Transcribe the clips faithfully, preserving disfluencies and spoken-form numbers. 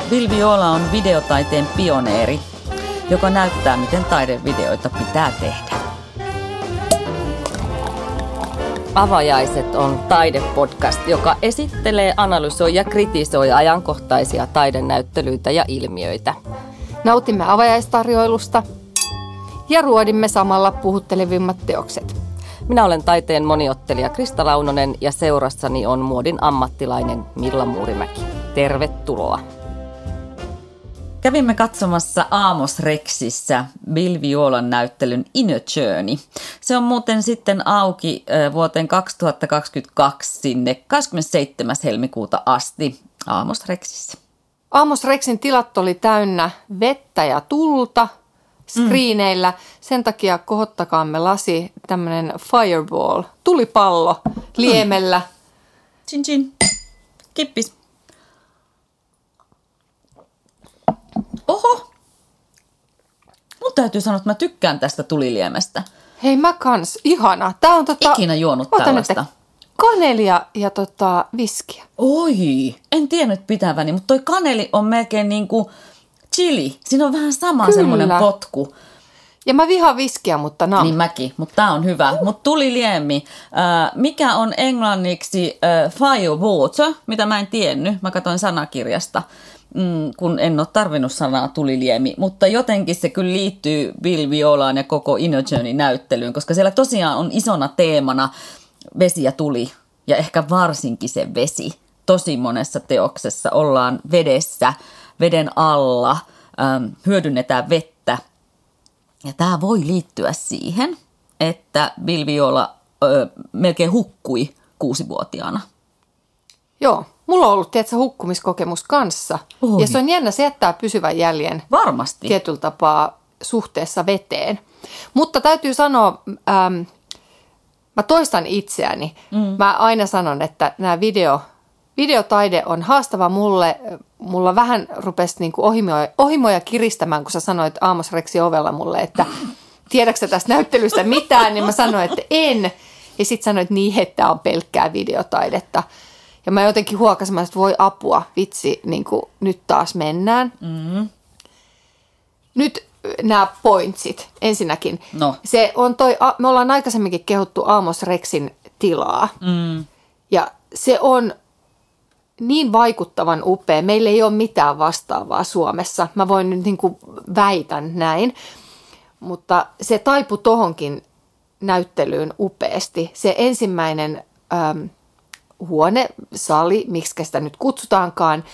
Bill Viola on videotaiteen pioneeri, joka näyttää, miten taidevideoita pitää tehdä. Avajaiset on taidepodcast, joka esittelee, analysoi ja kritisoi ajankohtaisia taidenäyttelyitä ja ilmiöitä. Nautimme avajaistarjoilusta ja ruodimme samalla puhuttelevimmat teokset. Minä olen taiteen moniottelija Krista Launonen ja seurassani on muodin ammattilainen Milla Muurimäki. Tervetuloa! Kävimme katsomassa Amos Rexissä Bill Violan näyttelyn Inner Journey. Se on muuten sitten auki vuoteen kaksituhattakaksikymmentäkaksi sinne kahdeskymmenesseitsemäs helmikuuta asti Amos Rexissä. Amos Rexin tilat oli täynnä vettä ja tulta skriineillä. Mm. Sen takia kohottakaamme lasi, tämmöinen fireball, tulipallo liemellä. Chin chin. Kippis. Oho. Mun täytyy sanoa, että mä tykkään tästä tuliliemestä. Hei mä kans, ihana. Tää on tota... Ikinä juonut tällaista. Kanelia ja tota viskiä. Oi, en tiennyt pitäväni, mutta toi kaneli on melkein niinku chili. Siinä on vähän sama Kyllä. semmoinen potku. Ja mä vihaan viskiä, mutta nam. Niin mäkin, mutta tää on hyvä. Mutta tuliliemi. Äh, mikä on englanniksi äh, fire water, mitä mä en tiennyt. Mä katsoin sanakirjasta, mm, kun en ole tarvinnut sanaa tuliliemi. Mutta jotenkin se kyllä liittyy Bill Violaan ja koko Inner Journey -näyttelyyn, koska siellä tosiaan on isona teemana vesi ja tuli. Ja ehkä varsinkin se vesi. Tosi monessa teoksessa ollaan vedessä, veden alla, ähm, hyödynnetään vettä. Ja tämä voi liittyä siihen, että Bill Viola ö, melkein hukkui kuusivuotiaana. Joo, mulla on ollut tiedätkö, hukkumiskokemus kanssa. Oi. Ja se on jännä, se jättää pysyvän jäljen. Varmasti. Tietyllä tapaa suhteessa veteen. Mutta täytyy sanoa, ähm, mä toistan itseäni. Mm. Mä aina sanon, että nämä video, videotaide on haastava mulle. Mulla vähän rupesi niin kuin ohimoja, ohimoja kiristämään, kun sä sanoit Amos Rexin ovella mulle, että tiedätkö sä tästä näyttelystä mitään, niin mä sanoin, että en. Ja sit sanoin, että niin, että on pelkkää videotaidetta. Ja mä jotenkin huokasin, että voi apua, vitsi, niin kuin nyt taas mennään. Mm. Nyt nämä pointsit ensinnäkin. No. Se on toi, me ollaan aikaisemminkin kehuttu Amos Rexin tilaa. Mm. Ja se on niin vaikuttavan upea. Meillä ei ole mitään vastaavaa Suomessa. Mä voin nyt niin kuin väitän näin. Mutta se taipui tohonkin näyttelyyn upeasti. Se ensimmäinen äm, huone, sali, miksi sitä nyt kutsutaankaan,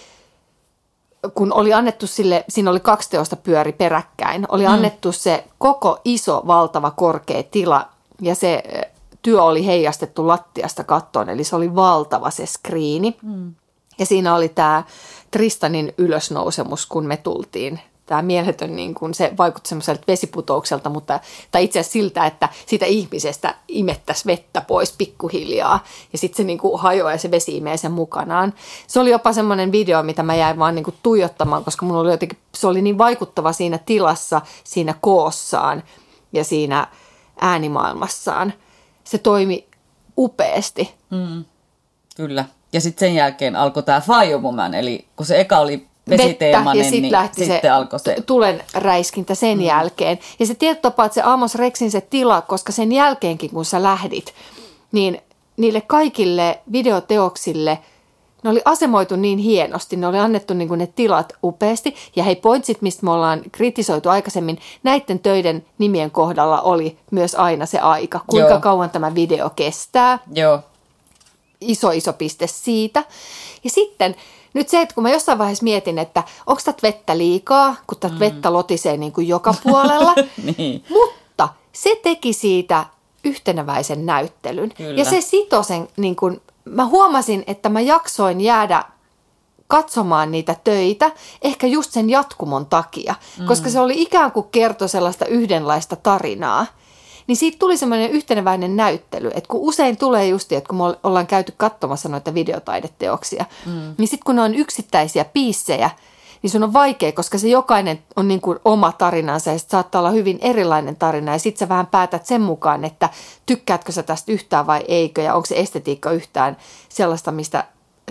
kun oli annettu sille, siinä oli kaksi teosta pyöri peräkkäin, oli annettu se koko iso, valtava, korkea tila ja se työ oli heijastettu lattiasta kattoon, eli se oli valtava se skriini. Mm. Ja siinä oli tämä Tristanin ylösnousemus, kun me tultiin. Tämä mieletön, niin kun se vaikutti semmoiselta vesiputoukselta, mutta, tai itse asiassa siltä, että siitä ihmisestä imettäisi vettä pois pikkuhiljaa. Ja sitten se niin kuin hajoaa ja se vesi imee sen mukanaan. Se oli jopa semmoinen video, mitä mä jäin vaan niin kuin tuijottamaan, koska mulla oli jotenkin, se oli niin vaikuttava siinä tilassa, siinä koossaan ja siinä äänimaailmassaan. Se toimi upeasti. Mm, kyllä. Ja sitten sen jälkeen alkoi tämä Firewoman, eli kun se eka oli vesiteemainen, ja sit niin lähti sitten se alkoi se tulen räiskintä sen mm. jälkeen. Ja se tietotapa, että se Amos Rexin se tila, koska sen jälkeenkin kun sä lähdit, niin niille kaikille videoteoksille ne oli asemoitu niin hienosti, ne oli annettu niin kuin ne tilat upeasti. Ja hei, pointsit, mistä me ollaan kritisoitu aikaisemmin, näiden töiden nimien kohdalla oli myös aina se aika. Kuinka Joo. kauan tämä video kestää. Joo. Iso, iso piste siitä. Ja sitten nyt se, että kun mä jossain vaiheessa mietin, että onko tätä vettä liikaa, kun tätä mm. vettä lotisee niin kuin joka puolella. niin. Mutta se teki siitä yhteneväisen näyttelyn. Kyllä. Ja se sitoi sen niin kuin, mä huomasin, että mä jaksoin jäädä katsomaan niitä töitä, ehkä just sen jatkumon takia, mm. koska se oli ikään kuin kertoi sellaista yhdenlaista tarinaa. Niin siitä tuli semmoinen yhteneväinen näyttely, että kun usein tulee just, että kun me ollaan käyty katsomassa noita videotaideteoksia, mm. niin sitten kun ne on yksittäisiä piissejä, niin sun on vaikea, koska se jokainen on niin kuin oma tarinansa ja sit saattaa olla hyvin erilainen tarina ja sit sä vähän päätät sen mukaan, että tykkäätkö sä tästä yhtään vai eikö ja onko se estetiikka yhtään sellaista, mistä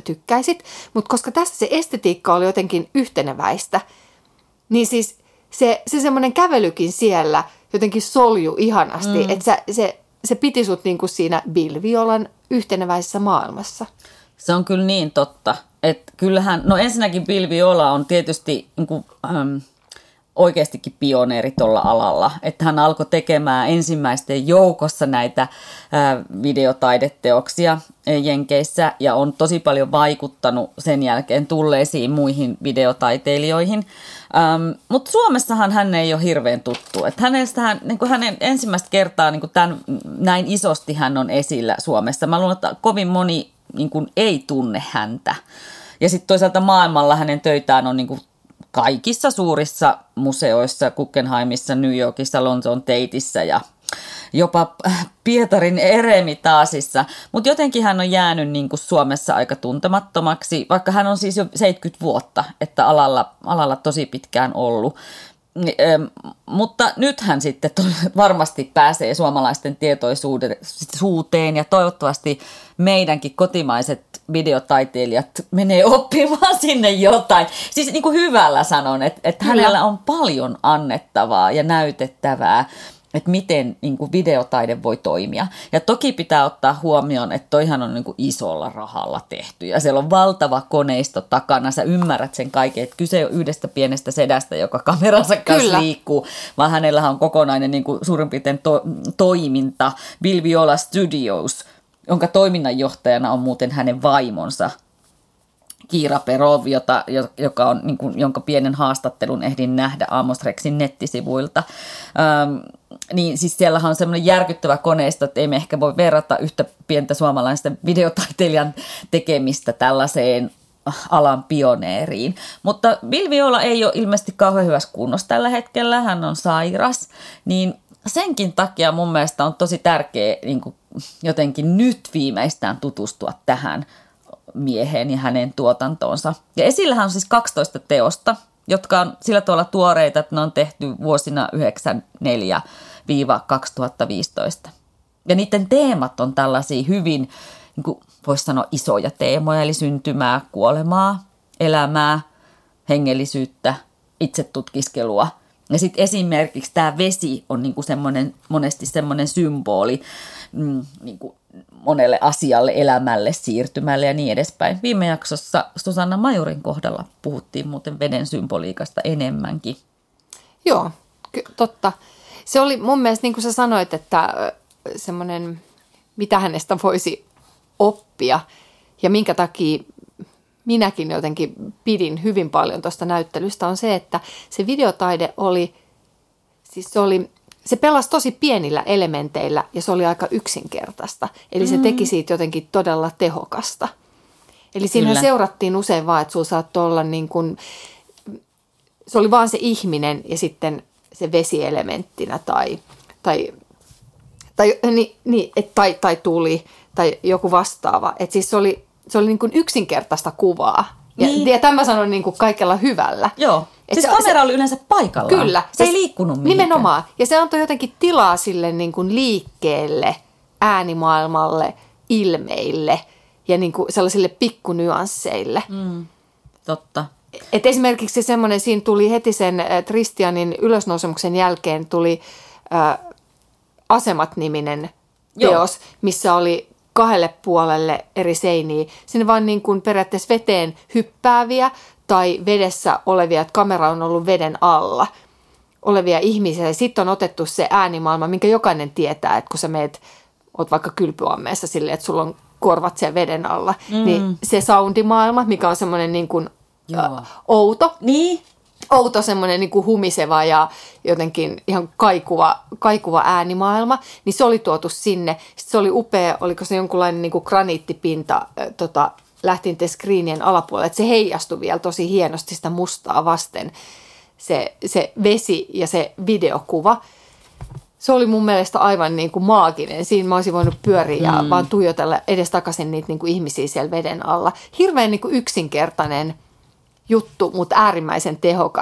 tykkäisit. Mutta koska tässä se estetiikka oli jotenkin yhteneväistä, niin siis se, se semmoinen kävelykin siellä jotenkin solju ihanasti, mm. että se, se piti sut niinku siinä Bill Violan yhteneväisessä maailmassa. Se on kyllä niin totta, että kyllähän, no ensinnäkin Bill Viola on tietysti niin kuin, ähm, oikeastikin pioneeri tuolla alalla, että hän alkoi tekemään ensimmäisten joukossa näitä äh, videotaideteoksia Jenkeissä ja on tosi paljon vaikuttanut sen jälkeen tulleisiin muihin videotaiteilijoihin. Ähm, mutta Suomessahan hän ei ole hirveän tuttu. Että hänestä, niin kuin hänen ensimmäistä kertaa niin kuin tämän, näin isosti hän on esillä Suomessa. Mä luulen, että kovin moni niin kuin ei tunne häntä. Ja sitten toisaalta maailmalla hänen töitään on niin kuin kaikissa suurissa museoissa, Guggenheimissa, New Yorkissa, Lontoon Tateissa ja jopa Pietarin Eremitaasissa. Mutta jotenkin hän on jäänyt niin kuin Suomessa aika tuntemattomaksi, vaikka hän on siis jo seitsemänkymmentä vuotta, että alalla, alalla tosi pitkään ollut. Mutta nyt hän sitten varmasti pääsee suomalaisten tietoisuuteen ja toivottavasti meidänkin kotimaiset videotaiteilijat menee oppimaan sinne jotain. Siis niin kuin hyvällä sanon, että, että hänellä on paljon annettavaa ja näytettävää, että miten niin kuin videotaide voi toimia. Ja toki pitää ottaa huomioon, että toihan on niin kuin isolla rahalla tehty. Ja siellä on valtava koneisto takana. Sä ymmärrät sen kaiken, että kyse ei ole yhdestä pienestä sedästä, joka kameransa kanssa Kyllä. liikkuu, vaan hänellä on kokonainen niin kuin suurin piirtein to- toiminta. Bill Viola Studios, jonka toiminnanjohtajana on muuten hänen vaimonsa. Kiira Perov, jota, joka on, niin kuin, jonka pienen haastattelun ehdin nähdä Amos Rexin nettisivuilta. Ähm, niin siis siellähän on semmoinen järkyttävä koneisto, että ei me ehkä voi verrata yhtä pientä suomalaisten videotaiteilijan tekemistä tällaiseen alan pioneeriin. Mutta Bill Viola ei ole ilmeisesti kauhean hyvässä kunnossa tällä hetkellä, hän on sairas, niin senkin takia mun mielestä on tosi tärkeää niin kuin jotenkin nyt viimeistään tutustua tähän mieheen ja hänen tuotantoonsa. Ja esillähän on siis kaksitoista teosta, jotka on sillä tavalla tuoreita, että ne on tehty vuosina yhdeksänkymmentäneljä kaksituhattaviisitoista. Ja niiden teemat on tällaisia hyvin, niin kuin voisi sanoa, isoja teemoja, eli syntymää, kuolemaa, elämää, hengellisyyttä, itsetutkiskelua. Ja sitten esimerkiksi tämä vesi on niinku semmoinen, monesti semmoinen symboli mm, niinku monelle asialle, elämälle, siirtymälle ja niin edespäin. Viime jaksossa Susanna Majurin kohdalla puhuttiin muuten veden symboliikasta enemmänkin. Joo, ky- totta. Se oli mun mielestä, niin kuin sä sanoit, että semmoinen, mitä hänestä voisi oppia ja minkä takia minäkin jotenkin pidin hyvin paljon tuosta näyttelystä, on se, että se videotaide oli, siis se oli, se pelasi tosi pienillä elementeillä ja se oli aika yksinkertaista. Eli se teki siitä jotenkin todella tehokasta. Eli siinähän Kyllä. seurattiin usein vaan, että sulla saattoi olla niin kuin, se oli vaan se ihminen ja sitten se vesielementtinä tai, tai, tai, niin, niin, et, tai, tai tuli tai joku vastaava. Että siis se oli, se oli niin kuin yksinkertaista kuvaa. Ja, niin. ja tämä sanon niin kuin kaikella hyvällä. Joo. Et siis se, kamera se, oli yleensä paikallaan. Kyllä. Se ei liikkunut mihinkään. Nimenomaan. Ja se antoi jotenkin tilaa sille niin kuin liikkeelle, äänimaailmalle, ilmeille ja niin kuin sellaisille pikkunyansseille. Mm, totta. Et esimerkiksi semmoinen, siinä tuli heti sen Tristianin ylösnousemuksen jälkeen tuli äh, Asemat-niminen teos, Joo. missä oli kahdelle puolelle eri seiniä. Sinne vaan niin kuin periaatteessa veteen hyppääviä tai vedessä olevia, että kamera on ollut veden alla olevia ihmisiä. Ja sitten on otettu se äänimaailma, minkä jokainen tietää, että kun sä meet, oot vaikka kylpyammeessa silleen, että sulla on korvat siellä veden alla, mm. niin se soundimaailma, mikä on semmoinen niin kuin Äh, outo. Niin. Outo semmoinen niin kuin humiseva ja jotenkin ihan kaikuva, kaikuva äänimaailma, niin se oli tuotu sinne. Sitten se oli upea, oliko se jonkunlainen niin kuin graniittipinta äh, tota, lähtiin te screenien alapuolelle, että se heijastui vielä tosi hienosti sitä mustaa vasten, se, se vesi ja se videokuva. Se oli mun mielestä aivan niin kuin maaginen. Siinä mä olisin voinut pyöriä ja mm. vaan tuijotella edestakaisin niitä niin kuin ihmisiä siellä veden alla. Hirveän niin kuin yksinkertainen juttu, mutta äärimmäisen tehokas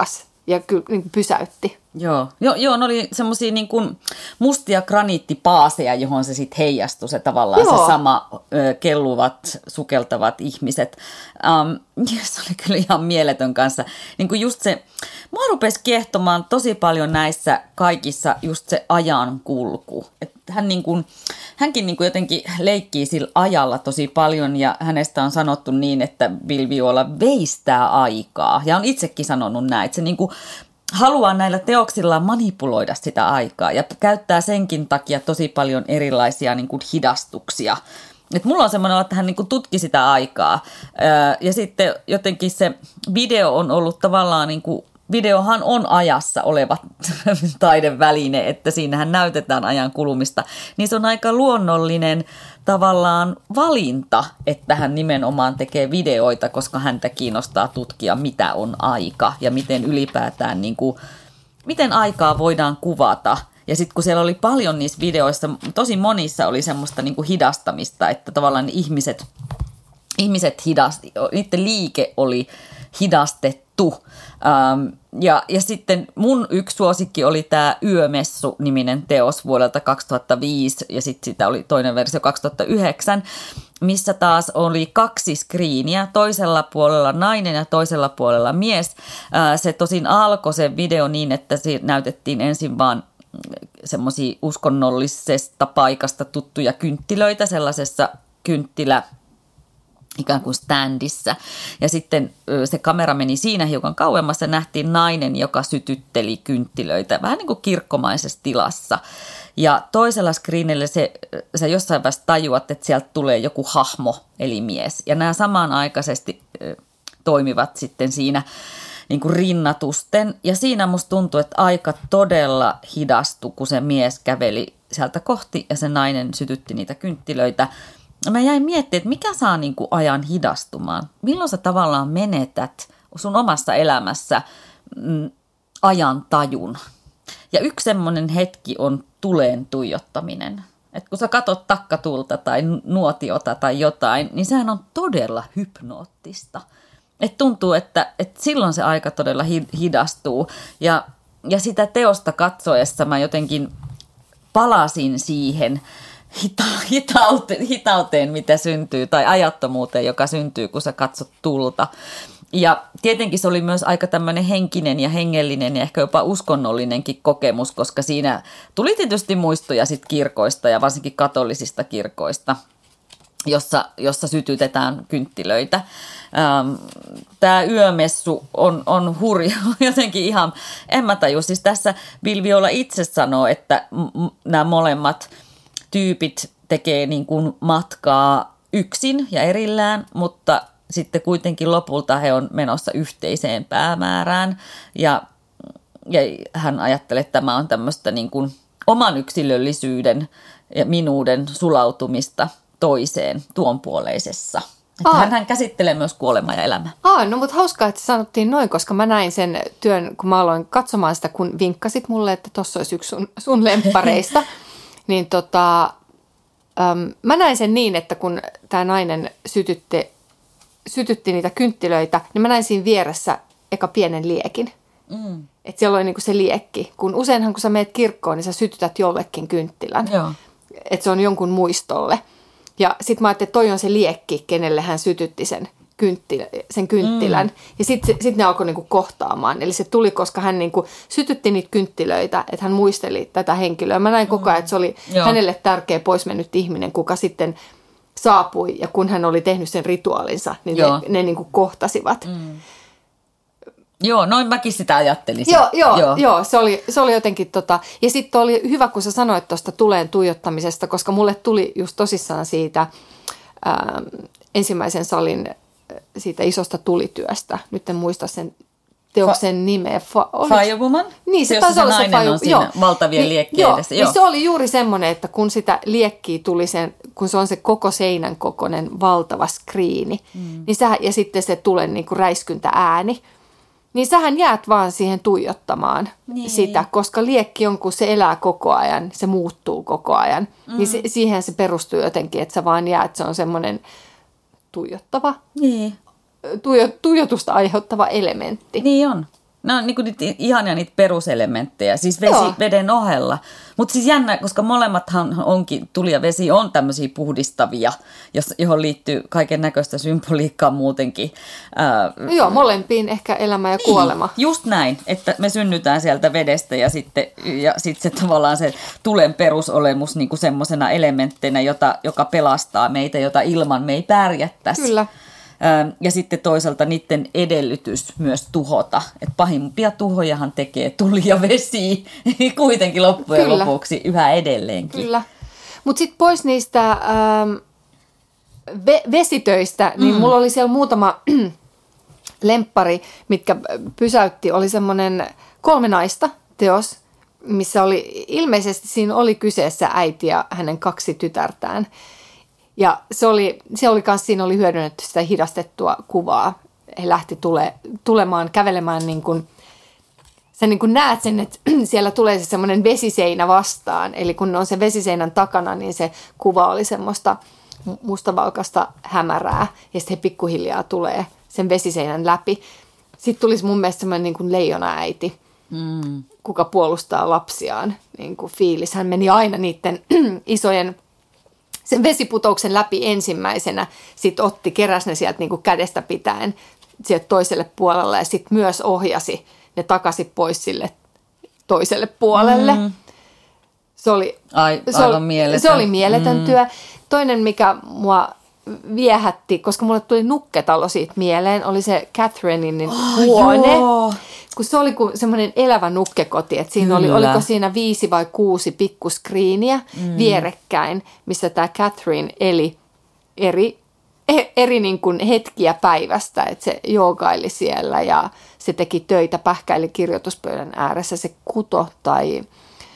ja kyllä niin pysäytti. Joo, joo, joo ne oli semmoisia niin kuin mustia graniittipaaseja, johon se sitten heijastui se tavallaan joo. se sama ö, kelluvat, sukeltavat ihmiset. Um, se oli kyllä ihan mieletön kanssa. Niin kuin just se, mua rupesi kiehtomaan tosi paljon näissä kaikissa just se ajan kulku. Että hän niin kuin, hänkin niin kuin jotenkin leikkii sillä ajalla tosi paljon ja hänestä on sanottu niin, että Bill Viola veistää aikaa. Ja on itsekin sanonut näin, että se niin kuin haluaa näillä teoksillaan manipuloida sitä aikaa ja käyttää senkin takia tosi paljon erilaisia niin kuin hidastuksia. Et mulla on semmoinen, että hän niin kuin tutki sitä aikaa ja sitten jotenkin se video on ollut tavallaan, niin kuin, videohan on ajassa oleva taideväline, että siinähän näytetään ajan kulumista, niin se on aika luonnollinen tavallaan valinta, että hän nimenomaan tekee videoita, koska häntä kiinnostaa tutkia, mitä on aika ja miten ylipäätään, niin kuin, miten aikaa voidaan kuvata. Ja sitten kun siellä oli paljon niissä videoissa, tosi monissa oli semmoista niin kuin hidastamista, että tavallaan ihmiset, ihmiset hidasti, niiden liike oli hidastettu. Ähm, ja, ja sitten mun yksi suosikki oli tämä Yömessu-niminen teos vuodelta kaksituhattaviisi ja sitten sitä oli toinen versio kaksituhattayhdeksän, missä taas oli kaksi skriiniä, toisella puolella nainen ja toisella puolella mies. Äh, se tosin alkoi se video niin, että se näytettiin ensin vaan semmoisia uskonnollisesta paikasta tuttuja kynttilöitä sellaisessa kynttilä ikään kuin standissa. Ja sitten se kamera meni siinä hiukan kauemmassa ja nähtiin nainen, joka sytytteli kynttilöitä vähän niin kuin kirkkomaisessa tilassa. Ja toisella screenillä se, sä jossain vaiheessa tajuat, että sieltä tulee joku hahmo, eli mies. Ja nämä samanaikaisesti toimivat sitten siinä niin kuin rinnatusten. Ja siinä musta tuntuu, että aika todella hidastui, kun se mies käveli sieltä kohti ja se nainen sytytti niitä kynttilöitä. Mä jäin miettimään, että mikä saa niin kuin ajan hidastumaan. Milloin sä tavallaan menetät sun omassa elämässä mm, ajan tajun. Ja yksi semmoinen hetki on tuleen tuijottaminen. Että kun sä katot takkatulta tai nuotiota tai jotain, niin sehän on todella hypnoottista. Että tuntuu, että, että silloin se aika todella hidastuu. Ja, ja sitä teosta katsoessa mä jotenkin palasin siihen hita- hitauteen, hitauteen, mitä syntyy, tai ajattomuuteen, joka syntyy, kun sä katsot tulta. Ja tietenkin se oli myös aika tämmöinen henkinen ja hengellinen ja ehkä jopa uskonnollinenkin kokemus, koska siinä tuli tietysti muistoja sit kirkoista ja varsinkin katolisista kirkoista, jossa, jossa sytytetään kynttilöitä. Ähm, Tämä Yömessu on, on hurja, jotenkin ihan, en mä taju. Siis tässä Bill Viola itse sanoo, että m- nämä molemmat tyypit tekee niin kuin matkaa yksin ja erillään, mutta sitten kuitenkin lopulta he on menossa yhteiseen päämäärään ja, ja hän ajattelee, että tämä on tämmöistä niin kuin oman yksilöllisyyden ja minuuden sulautumista toiseen tuonpuoleisessa. Että hän, hän käsittelee myös kuolemaa ja elämää. Aa, no mutta hauskaa, että sanottiin noin, koska mä näin sen työn, kun mä aloin katsomaan sitä, kun vinkkasit mulle, että tossa olisi yksi sun, sun lemppareista. Niin tota, äm, mä näin sen niin, että kun tämä nainen sytytti, sytytti niitä kynttilöitä, niin mä näin siinä vieressä eka pienen liekin. Mm. Että siellä oli niinku se liekki. Kun useinhan kun sä meet kirkkoon, niin sä sytytät jollekin kynttilän. Että se on jonkun muistolle. Ja sit mä ajattelin, että toi on se liekki, kenelle hän sytytti sen, kynttilä, sen kynttilän. Mm. Ja sitten sit ne alkoi niinku kohtaamaan. Eli se tuli, koska hän niinku sytytti niitä kynttilöitä, että hän muisteli tätä henkilöä. Mä näin koko ajan, että se oli Joo. hänelle tärkeä poismennyt ihminen, kuka sitten saapui. Ja kun hän oli tehnyt sen rituaalinsa, niin Joo. ne, ne niinku kohtasivat. Mm. Joo, noin mäkin sitä ajattelin. Joo, joo, joo. joo se, oli, se oli jotenkin tota, ja sitten oli hyvä, kun sä sanoit tuosta tuleen tuijottamisesta, koska mulle tuli just tosissaan siitä ää, ensimmäisen salin siitä isosta tulityöstä. Nyt en muista sen teoksen Fa- nimeä. Fa- Firewoman? Niin, se, se taisi se olla se nainen on siinä joo. valtavien niin, liekkien joo, edessä. Joo, niin se oli juuri semmoinen, että kun sitä liekkiä tuli sen, kun se on se koko seinän kokoinen valtava skriini, mm. niin sä, ja sitten se tulee niinku räiskyntä ääni, niin sähän jäät vaan siihen tuijottamaan niin. sitä, koska liekki on, kun se elää koko ajan, se muuttuu koko ajan. Mm. Niin se, siihen se perustuu jotenkin, että sä vaan jäät, se on semmoinen tuijottava, niin. tuijo, tuijotusta aiheuttava elementti. Niin on. Ne on niinku niitä ihania niitä peruselementtejä, siis vesi, Joo. veden ohella. Mutta siis jännä, koska molemmathan onkin, tuli ja vesi on tämmöisiä puhdistavia, johon liittyy kaiken näköistä symboliikkaa muutenkin. Ää, Joo, molempiin ehkä elämä ja kuolema. Niin, just näin, että me synnytään sieltä vedestä ja sitten ja sit se tavallaan se tulen perusolemus niinku semmoisena elementteinä, jota, joka pelastaa meitä, jota ilman me ei pärjättäisi. Kyllä. Ja sitten toisaalta niiden edellytys myös tuhota. Että pahimpia tuhojahan tekee tuli ja vesi kuitenkin loppujen Kyllä. lopuksi yhä edelleenkin. Kyllä. Mutta sitten pois niistä ähm, ve- vesitöistä, niin mm. mulla oli siellä muutama lemppari, mitkä pysäytti. Oli semmoinen Kolme naista teos, missä oli ilmeisesti siinä oli kyseessä äiti ja hänen kaksi tytärtään. Ja se oli, se oli kans, siinä oli hyödynnetty sitä hidastettua kuvaa. He lähti tule, tulemaan, kävelemään niin kuin, sä niin kuin näet sen, että siellä tulee se semmoinen vesiseinä vastaan. Eli kun ne on se vesiseinän takana, niin se kuva oli semmoista mustavalkoista hämärää. Ja sitten he pikkuhiljaa tulee sen vesiseinän läpi. Sitten tulisi mun mielestä semmoinen niin kuin leijona-äiti, mm. kuka puolustaa lapsiaan. Niin kuin fiilis. Hän meni aina niiden isojen... sen vesiputouksen läpi ensimmäisenä, sitten otti, keräsi ne sieltä niin kuin kädestä pitäen sieltä toiselle puolelle ja sitten myös ohjasi ne takaisin pois sille toiselle puolelle. Mm. Se oli, Ai, se aivan oli, mieletön. Se oli mieletön mm. työ. Toinen, mikä mua viehätti, koska mulle tuli Nukketalo siitä mieleen, oli se Catherinein oh, huone. Joo. Kun se oli kuin semmoinen elävä nukkekoti, että siinä oli, oliko siinä viisi vai kuusi pikkuskriiniä mm. vierekkäin, missä tämä Catherine eli eri, eri niin kuin hetkiä päivästä, että se joogaili siellä ja se teki töitä, pähkäili kirjoituspöydän ääressä, se kuto tai,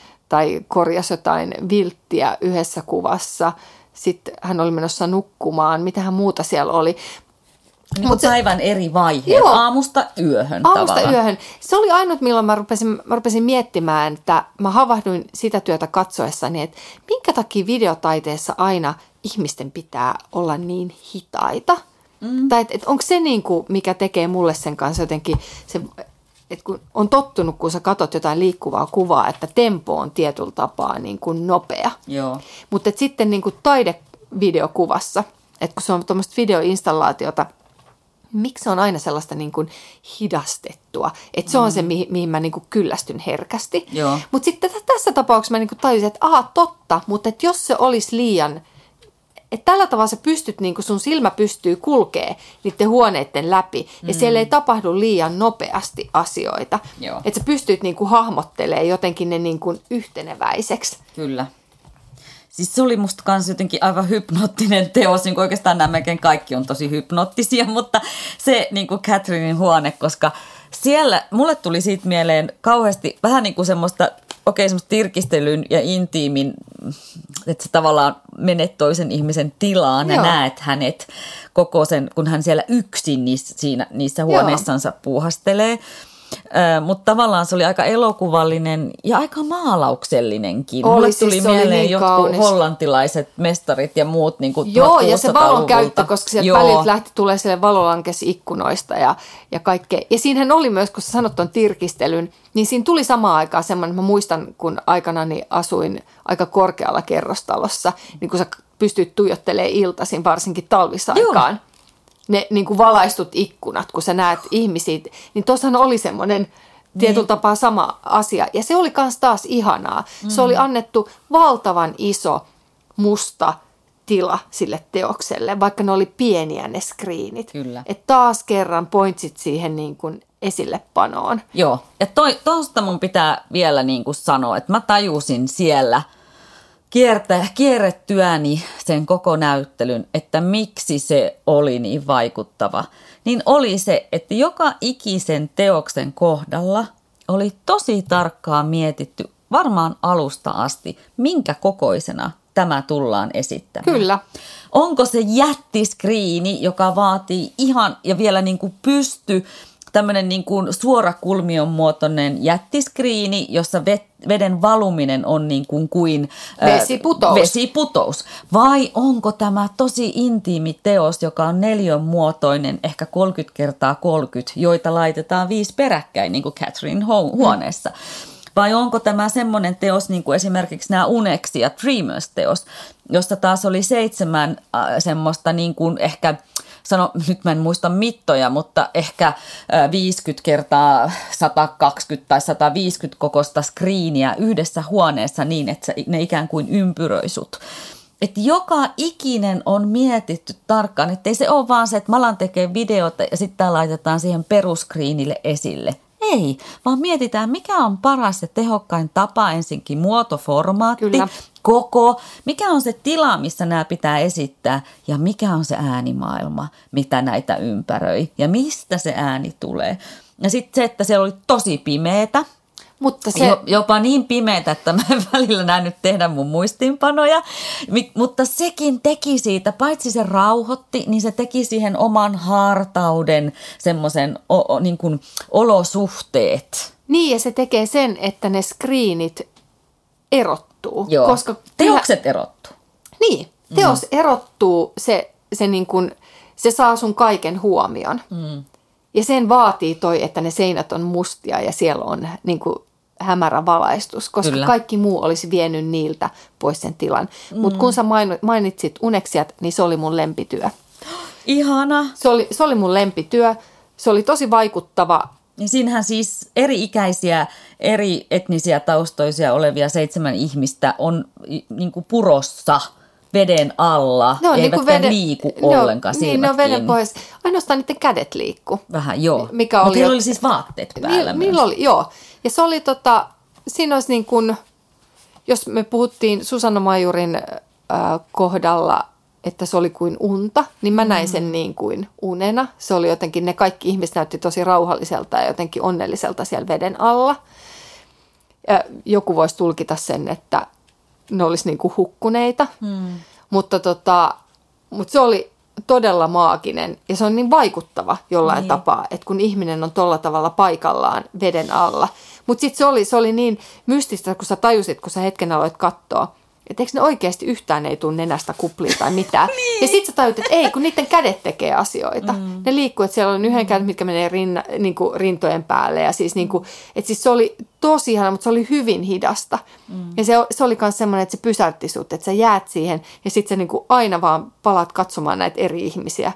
tai korjasi jotain vilttiä yhdessä kuvassa. Sitten hän oli menossa nukkumaan, mitähän muuta siellä oli. Niin Mutta päivän eri vaiheet, joo, aamusta yöhön Aamusta tavallaan. yöhön. Se oli ainut, milloin mä rupesin, mä rupesin miettimään, että mä havahduin sitä työtä katsoessani, että minkä takia videotaiteessa aina ihmisten pitää olla niin hitaita. Mm. Tai että et onko se niin kuin, mikä tekee mulle sen kanssa jotenkin, se, että kun on tottunut, kun sä katot jotain liikkuvaa kuvaa, että tempo on tietyllä tapaa niin kuin nopea. Mutta sitten niin kuin taidevideokuvassa, että kun se on tuommoista videoinstallaatiota, miksi se on aina sellaista niin kuin hidastettua? Että se on se, mihin, mihin mä niin kuin kyllästyn herkästi. Mutta sitten tässä tapauksessa mä niin kuin tajusin, että aha, totta, mutta että jos se olisi liian... Että tällä tavalla sä pystyt, niin kuin sun silmä pystyy kulkee niiden huoneiden läpi. Ja mm. siellä ei tapahdu liian nopeasti asioita. Joo. Että sä pystyt niin kuin hahmottelemaan jotenkin ne niin kuin yhteneväiseksi. Kyllä. Siis se oli musta kans jotenkin aivan hypnoottinen teos, niin kuin oikeastaan nämä melkein kaikki on tosi hypnoottisia, mutta se niin kuin Catherinein huone, koska siellä mulle tuli siitä mieleen kauheasti vähän niin kuin semmoista, okei semmoista tirkistelyn ja intiimin, että sä tavallaan menet toisen ihmisen tilaan ja Joo. näet hänet koko sen, kun hän siellä yksin niissä, siinä, niissä huoneissansa puuhastelee. Äh, mutta tavallaan se oli aika elokuvallinen ja aika maalauksellinenkin. Oli, Mulle siis tuli mieleen niin jotkut kaunis. hollantilaiset mestarit ja muut niin kuin Joo, ja se valon käyttö, koska sieltä Joo. väliltä lähti tulee sille valolankesi ikkunoista ja, ja kaikkea. Ja siinähän oli myös, kun sä sanot ton tirkistelyn, niin siinä tuli samaan aikaan semmoinen, mä muistan, kun aikanani asuin aika korkealla kerrostalossa, niin kun sä pystyt tuijottelemaan iltaisin, varsinkin talvisaikaan. Joo. Ne niin kuin valaistut ikkunat, kun sä näet ihmisiä, niin tuossahan oli semmoinen tietyllä tapaa sama asia. Ja se oli kans taas ihanaa. Mm. Se oli annettu valtavan iso musta tila sille teokselle, vaikka ne oli pieniä ne screenit. Kyllä. Et taas kerran pointsit siihen niin kuin esillepanoon. Joo, ja tuosta mun pitää vielä niin kuin sanoa, että mä tajusin siellä Kiertä, kierrettyäni sen koko näyttelyn, että miksi se oli niin vaikuttava, niin oli se, että joka ikisen teoksen kohdalla oli tosi tarkkaan mietitty varmaan alusta asti, minkä kokoisena tämä tullaan esittämään. Kyllä. Onko se jättiskriini, joka vaatii ihan ja vielä niin kuin pysty tämmöinen niin kuin suorakulmion muotoinen jättiskriini, jossa veden valuminen on niin kuin, kuin vesiputous. Ää, vesiputous. Vai onko tämä tosi intiimi teos, joka on neliön muotoinen, ehkä kolmekymmentä kertaa kolmekymmentä, joita laitetaan viisi peräkkäin, niin kuin Catherine huoneessa. Mm. Vai onko tämä semmoinen teos, niin kuin esimerkiksi nämä Uneksi ja Dreamers-teos, jossa taas oli seitsemän äh, semmoista niin kuin ehkä, sano, nyt mä en muista mittoja, mutta ehkä äh, viisikymmentä kertaa sata kaksikymmentä tai sata viisikymmentä kokoista skriiniä yhdessä huoneessa niin, että ne ikään kuin ympyröi sut. Että joka ikinen on mietitty tarkkaan, ettei se ole vaan se, että mä alan tekee videota ja sitten laitetaan siihen peruskriinille esille. Ei, vaan mietitään, mikä on paras ja tehokkain tapa ensinkin muotoformaatti, Kyllä. koko, mikä on se tila, missä nämä pitää esittää ja mikä on se äänimaailma, mitä näitä ympäröi ja mistä se ääni tulee. Ja sitten se, että siellä oli tosi pimeätä. Mutta se... Jopa niin pimeätä, että mä en välillä nähnyt tehdä mun muistiinpanoja, mutta sekin teki siitä, paitsi se rauhoitti, niin se teki siihen oman hartauden semmoisen niin kuin olosuhteet. Niin, ja se tekee sen, että ne screenit erottuu. Joo, koska teokset kyllä... erottuu. Niin, teos mm. erottuu, se, se, niin kuin, se saa sun kaiken huomion. Mm. Ja sen vaatii toi, että ne seinät on mustia ja siellä on niin kuin hämärä valaistus, koska Kyllä. kaikki muu olisi vienyt niiltä pois sen tilan. Mm. Mutta kun sä mainitsit Uneksijat, niin se oli mun lempityö. Ihana. Se oli, se oli mun lempityö. Se oli tosi vaikuttava. Ja siinähän siis eri-ikäisiä, eri etnisiä taustoisia olevia seitsemän ihmistä on niin kuin purossa veden alla, no, eivätkä niin veden, liiku no, ollenkaan silmät Niin, ne on veden pohjassa. Ainoastaan niiden kädet liikku. Vähän, joo. Mikä Mutta niillä oli siis vaatteet päällä ni, Niillä oli, joo. Ja se oli tota, siinä olisi niin kuin, jos me puhuttiin Susanna Majurin äh, kohdalla, että se oli kuin unta, niin mä näin sen niin kuin unena. Se oli jotenkin, ne kaikki ihmiset näytti tosi rauhalliselta ja jotenkin onnelliselta siellä veden alla. Ja joku voisi tulkita sen, että ne olisi niin kuin hukkuneita, hmm. mutta, tota, mutta se oli todella maaginen ja se on niin vaikuttava jollain niin. tapaa, että kun ihminen on tolla tavalla paikallaan veden alla. Mutta sitten se oli, se oli niin mystistä, kun sä tajusit, kun sä hetken aloit katsoa, että eikö ne oikeasti yhtään ei tule nenästä kuplia tai mitään. niin. Ja sitten sä tajut, että ei, kun niiden kädet tekee asioita. Mm. Ne liikkuu, että siellä on yhden kädet, mitkä menee rinna, niin kuin rintojen päälle. Ja siis, niin kuin, että siis se oli tosi ihana, mutta se oli hyvin hidasta. Mm. Ja se, se oli myös semmoinen, että se pysäytti sut, että sä jäät siihen ja sitten sä niin kuin aina vaan palaat katsomaan näitä eri ihmisiä.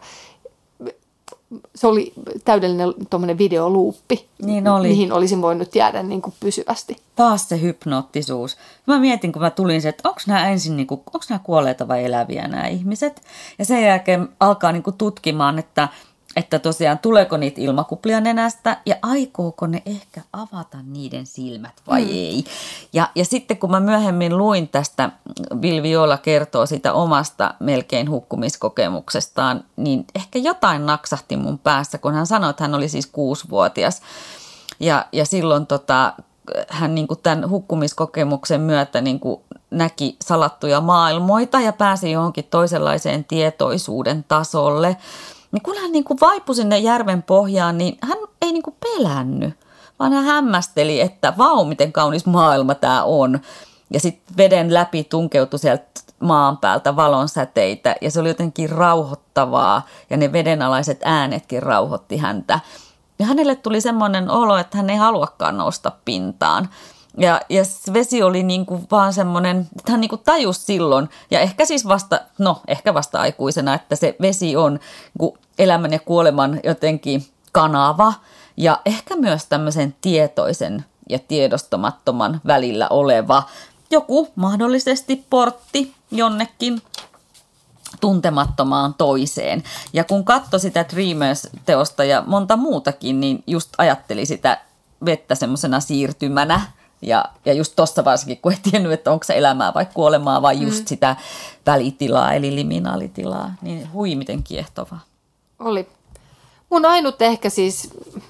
Se oli täydellinen tuommoinen videoluuppi, niin oli. Mihin olisin voinut jäädä niin kuin pysyvästi. Taas se hypnoottisuus. Mä mietin, kun mä tulin se, että onko nämä ensin, niin kuin, onko nämä kuolleita vai eläviä nämä ihmiset. Ja sen jälkeen alkaa niin kuin tutkimaan, että, että tosiaan tuleeko niitä ilmakuplia nenästä ja aikooko ne ehkä avata niiden silmät vai mm. ei. Ja, ja sitten kun mä myöhemmin luin tästä, Bill Viola kertoo sitä omasta melkein hukkumiskokemuksestaan, niin ehkä jotain naksahti mun päässä, kun hän sanoi, että hän oli siis kuusivuotias. Ja, ja silloin tota, hän niin kuin tämän hukkumiskokemuksen myötä niin kuin näki salattuja maailmoita ja pääsi johonkin toisenlaiseen tietoisuuden tasolle. Niin kun hän niin kuin vaipui sinne järven pohjaan, niin hän ei niin kuin pelännyt, vaan hän hämmästeli, että vau, miten kaunis maailma tämä on. Ja sitten veden läpi tunkeutui sieltä maan päältä valonsäteitä ja se oli jotenkin rauhoittavaa ja ne vedenalaiset äänetkin rauhoitti häntä. Ja hänelle tuli semmoinen olo, että hän ei haluakaan nousta pintaan. Ja, ja vesi oli niin kuin vaan semmoinen, että hän niin kuin tajusi silloin, ja ehkä siis vasta, no ehkä vasta aikuisena, että se vesi on niin kuin elämän ja kuoleman jotenkin kanava, ja ehkä myös tämmöisen tietoisen ja tiedostamattoman välillä oleva joku mahdollisesti portti jonnekin tuntemattomaan toiseen. Ja kun katsoi sitä Dreamers-teosta ja monta muutakin, niin just ajatteli sitä vettä semmoisena siirtymänä. Ja, ja just tuossa varsinkin, kun ei tiennyt, että onko se elämää vai kuolemaa vai just mm. sitä välitilaa eli liminaalitilaa, niin hui miten kiehtovaa. Oli. Mun ainut ehkä siis,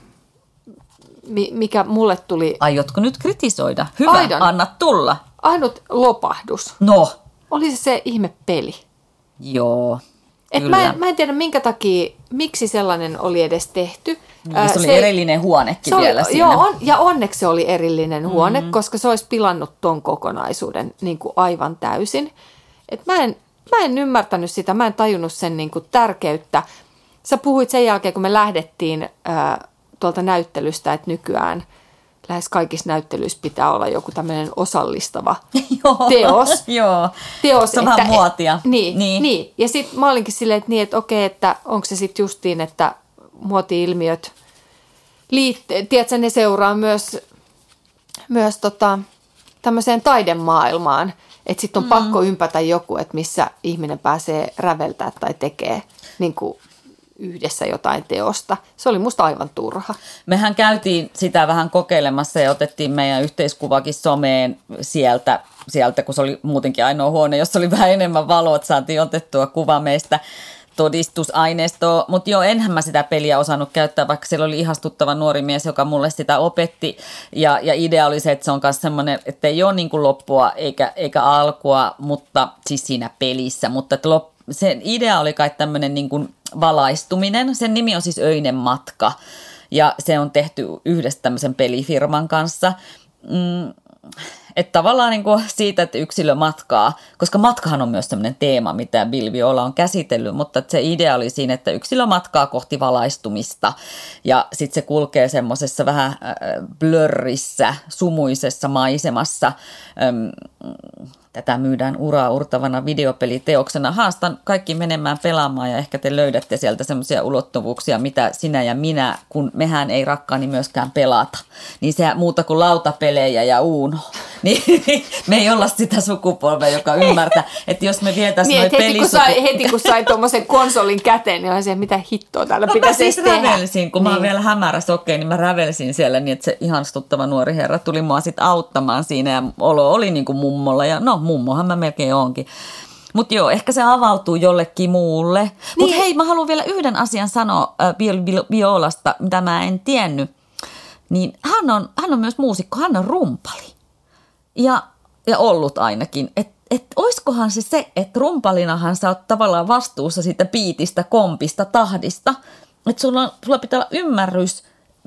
mikä mulle tuli... Aiotko nyt kritisoida? Hyvä, Aidan. Anna tulla. Ainut lopahdus. No. Oli se se ihme peli. Joo, Et mä, en, mä en tiedä, minkä takia, miksi sellainen oli edes tehty. Niin, se oli se erillinen huonekin oli, vielä siinä. Joo, on, ja onneksi se oli erillinen huone, mm-hmm. koska se olisi pilannut ton kokonaisuuden niin kuin aivan täysin. Et mä, en, mä en ymmärtänyt sitä, mä en tajunnut sen niin kuin tärkeyttä. Sä puhuit sen jälkeen, kun me lähdettiin ää, tuolta näyttelystä, että nykyään lähes kaikissa näyttelyissä pitää olla joku tämmöinen osallistava teos. Joo, teos, se on vähän muotia. Niin, niin. niin. Ja sitten mä olinkin silleen, että, niin, että okei, että onko se sitten justiin, että muoti-ilmiöt, liitte- tiedätkö, ne seuraa myös, myös tota, tämmöiseen taidemaailmaan, että sitten on mm. pakko ympätä joku, että missä ihminen pääsee räveltää tai tekee niin kuin yhdessä jotain teosta. Se oli musta aivan turha. Mehän käytiin sitä vähän kokeilemassa ja otettiin meidän yhteiskuvakin someen sieltä, sieltä kun se oli muutenkin ainoa huone, jossa oli vähän enemmän valoa, että saatiin otettua kuva meistä todistusaineistoa. Mutta joo, enhän mä sitä peliä osannut käyttää, vaikka siellä oli ihastuttava nuori mies, joka mulle sitä opetti. Ja, ja idea oli se, että se on myös semmoinen, että ei ole niin kuin loppua eikä, eikä alkua, mutta siis siinä pelissä. Mutta että lop, se idea oli kai tämmöinen niin kuin valaistuminen. Sen nimi on siis Öinen matka ja se on tehty yhdessä tämmöisen pelifirman kanssa. Mm, että tavallaan niin kuin siitä, että yksilö matkaa, koska matkahan on myös semmoinen teema, mitä Bill Viola on käsitellyt, mutta se idea oli siinä, että yksilö matkaa kohti valaistumista ja sitten se kulkee semmoisessa vähän blurrissä, sumuisessa maisemassa. Tätä myydään uraa urtavana videopeliteoksena. Haastan kaikki menemään pelaamaan ja ehkä te löydätte sieltä semmoisia ulottuvuuksia, mitä sinä ja minä, kun mehän ei rakkaani myöskään pelata. Niin se muuta kuin lautapelejä ja Uno. Niin me ei olla sitä sukupolvea, joka ymmärtää, että jos me vietäisiin niin, noin heti, kun sai, heti kun sai tuommoisen konsolin käteen, niin oli se, mitä hittoa täällä no, pitäisi siis tehdä. Rävelsin, kun niin. Mä oon vielä hämärä sokea, niin mä rävelsin siellä niin, että se ihastuttava nuori herra tuli mua sitten auttamaan siinä ja olo oli niin kuin mummolla ja no mummohan mä melkein oonkin. Mutta joo, ehkä se avautuu jollekin muulle. Niin. Mutta hei, mä haluan vielä yhden asian sanoa äh, Violasta, mitä mä en tiennyt. Niin hän on, hän on myös muusikko, hän on rumpali. Ja, ja ollut ainakin. Että et, oiskohan se se, että rumpalinahan sä oot tavallaan vastuussa siitä biitistä, kompista, tahdista. Että sulla, sulla pitää olla ymmärrys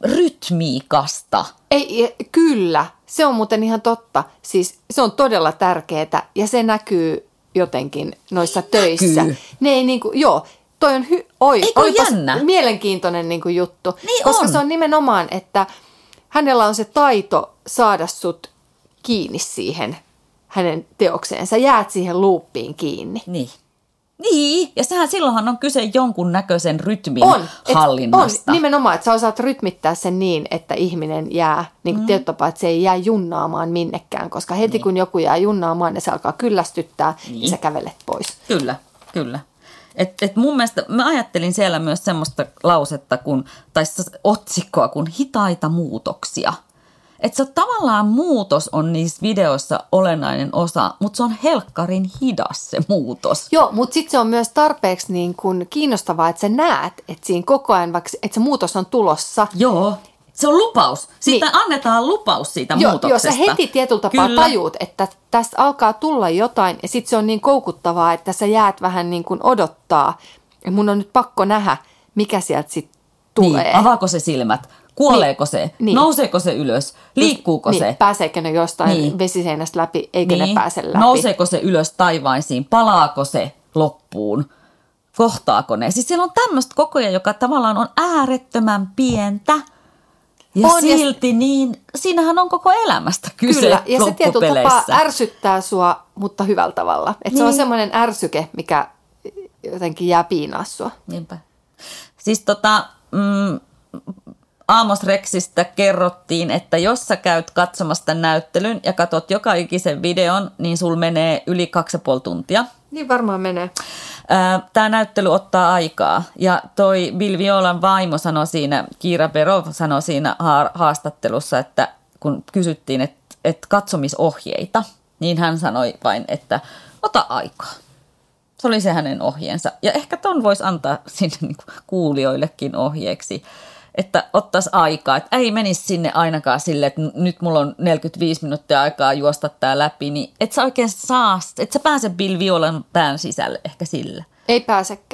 rytmiikasta. Ei, kyllä, se on muuten ihan totta. Siis se on todella tärkeää ja se näkyy jotenkin noissa töissä. Näkyy. Ne ei niinku, joo, toi on hy, oi, Eikö olipas jännä? Mielenkiintoinen niinku juttu. Niin koska on. Se on nimenomaan, että hänellä on se taito saada sut kiinni siihen hänen teokseen. Sä jäät siihen luuppiin kiinni. Niin. Niin, ja sehän silloinhan on kyse jonkun näköisen rytmin on, hallinnasta. On, nimenomaan, että sä osaat rytmittää sen niin, että ihminen jää, niin kuin mm. tietyllä tapaa, että se ei jää junnaamaan minnekään, koska heti niin. kun joku jää junnaamaan, niin se alkaa kyllästyttää, niin, niin sä kävelet pois. Kyllä, kyllä. Et, et mun mielestä, mä ajattelin siellä myös semmoista lausetta, kun, tai otsikkoa, kuin hitaita muutoksia. Että se tavallaan muutos on niissä videoissa olennainen osa, mutta se on helkkarin hidas se muutos. Joo, mutta sitten se on myös tarpeeksi niin kun kiinnostavaa, että sä näet, että siinä koko ajan, vaikka, että se muutos on tulossa. Joo, se on lupaus. Siitä niin. Annetaan lupaus siitä joo, muutoksesta. Joo, sä heti tietyllä tapaa Kyllä. tajuut, että tästä alkaa tulla jotain ja sitten se on niin koukuttavaa, että sä jäät vähän niin kuin odottaa. Ja mun on nyt pakko nähdä, mikä sieltä sitten tulee. Niin, avaako se silmät? Kuoleeko niin, se? Niin. Nouseeko se ylös? Liikkuuko niin, se? Pääseekö ne jostain niin. vesiseinästä läpi, eikö niin. ne pääse läpi? Nouseeko se ylös taivaisiin? Palaako se loppuun? Kohtaako ne? Siis siellä on tämmöistä koko ajan, joka tavallaan on äärettömän pientä. Ja on, silti ja... niin, siinähän on koko elämästä kyse. Kyllä, ja se tietyllä tapaa ärsyttää sua, mutta hyvällä tavalla. Että niin. Se on semmoinen ärsyke, mikä jotenkin jää piinaa sua. Niinpä. Siis tota... Mm, Amos Rexistä kerrottiin, että jos sä käyt katsomassa tämän näyttelyn ja katsot joka ikisen videon, niin sul menee yli kaksi ja puoli tuntia. Niin varmaan menee. Tämä näyttely ottaa aikaa ja toi Bill Violan vaimo sanoi siinä, Kira Berov sanoi siinä haastattelussa, että kun kysyttiin, että, että katsomisohjeita, niin hän sanoi vain, että ota aikaa. Se oli se hänen ohjeensa ja ehkä ton voisi antaa sinne niin kuin kuulijoillekin ohjeeksi. Että ottaisi aikaa, että ei menisi sinne ainakaan silleen, että nyt mulla on neljäkymmentäviisi minuuttia aikaa juosta tää läpi, niin et sä oikein saa, et sä pääse Bill Violan pään sisälle ehkä sillä. Ei pääsekään.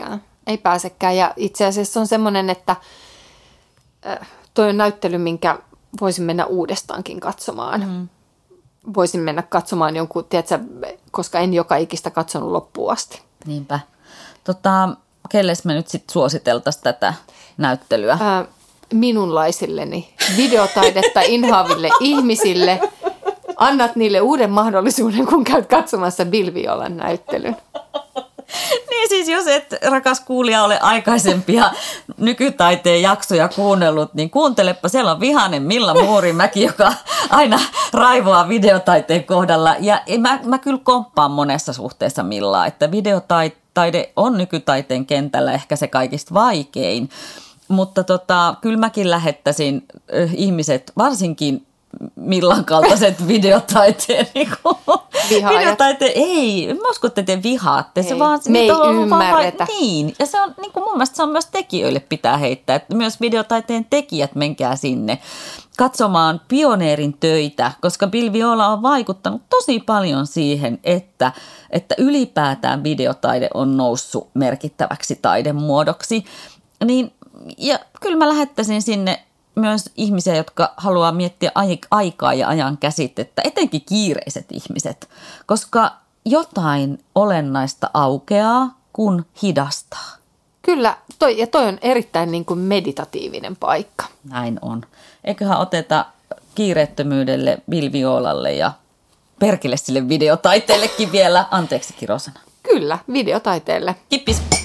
ei pääsekään. Ja itse asiassa on semmoinen, että toi on näyttely, minkä voisin mennä uudestaankin katsomaan. Mm. Voisin mennä katsomaan jonkun, tiedätkö, koska en joka ikistä katsonut loppuun asti. Niinpä. Tota, kelles me nyt sitten suositeltaisiin tätä näyttelyä? Ää, minunlaisilleni videotaidetta inhoaville ihmisille. Annat niille uuden mahdollisuuden, kun käyt katsomassa Bill Violan näyttelyn. Niin siis, jos et, rakas kuulija, ole aikaisempia nykytaiteen jaksoja kuunnellut, niin kuuntelepa, siellä on vihainen Milla Muurimäki, joka aina raivoaa videotaiteen kohdalla. Ja mä, mä kyllä komppaan monessa suhteessa Millaa, että videotaide on nykytaiteen kentällä ehkä se kaikista vaikein. Mutta tota, kyllä mäkin lähettäisin äh, ihmiset, varsinkin Millan kaltaiset videotaiteen. Niin videotaiteen, ei, mä uskon, että te vihaatte. Ei, se vaan, me ei ymmärretä. Vaan, niin, ja se on, niin kuin mun mielestä se on myös tekijöille pitää heittää, että myös videotaiteen tekijät menkää sinne katsomaan pioneerin töitä, koska Bill Viola on vaikuttanut tosi paljon siihen, että, että ylipäätään videotaide on noussut merkittäväksi taidemuodoksi. Niin, ja kyllä mä lähettäisin sinne myös ihmisiä, jotka haluaa miettiä aikaa ja ajan käsitettä, etenkin kiireiset ihmiset, koska jotain olennaista aukeaa, kun hidastaa. Kyllä, toi, ja toi on erittäin niin kuin meditatiivinen paikka. Näin on. Eiköhän oteta kiireettömyydelle, Bill Violalle ja perkele sille videotaiteellekin vielä anteeksi kirosana. Kyllä, videotaiteelle. Kippis!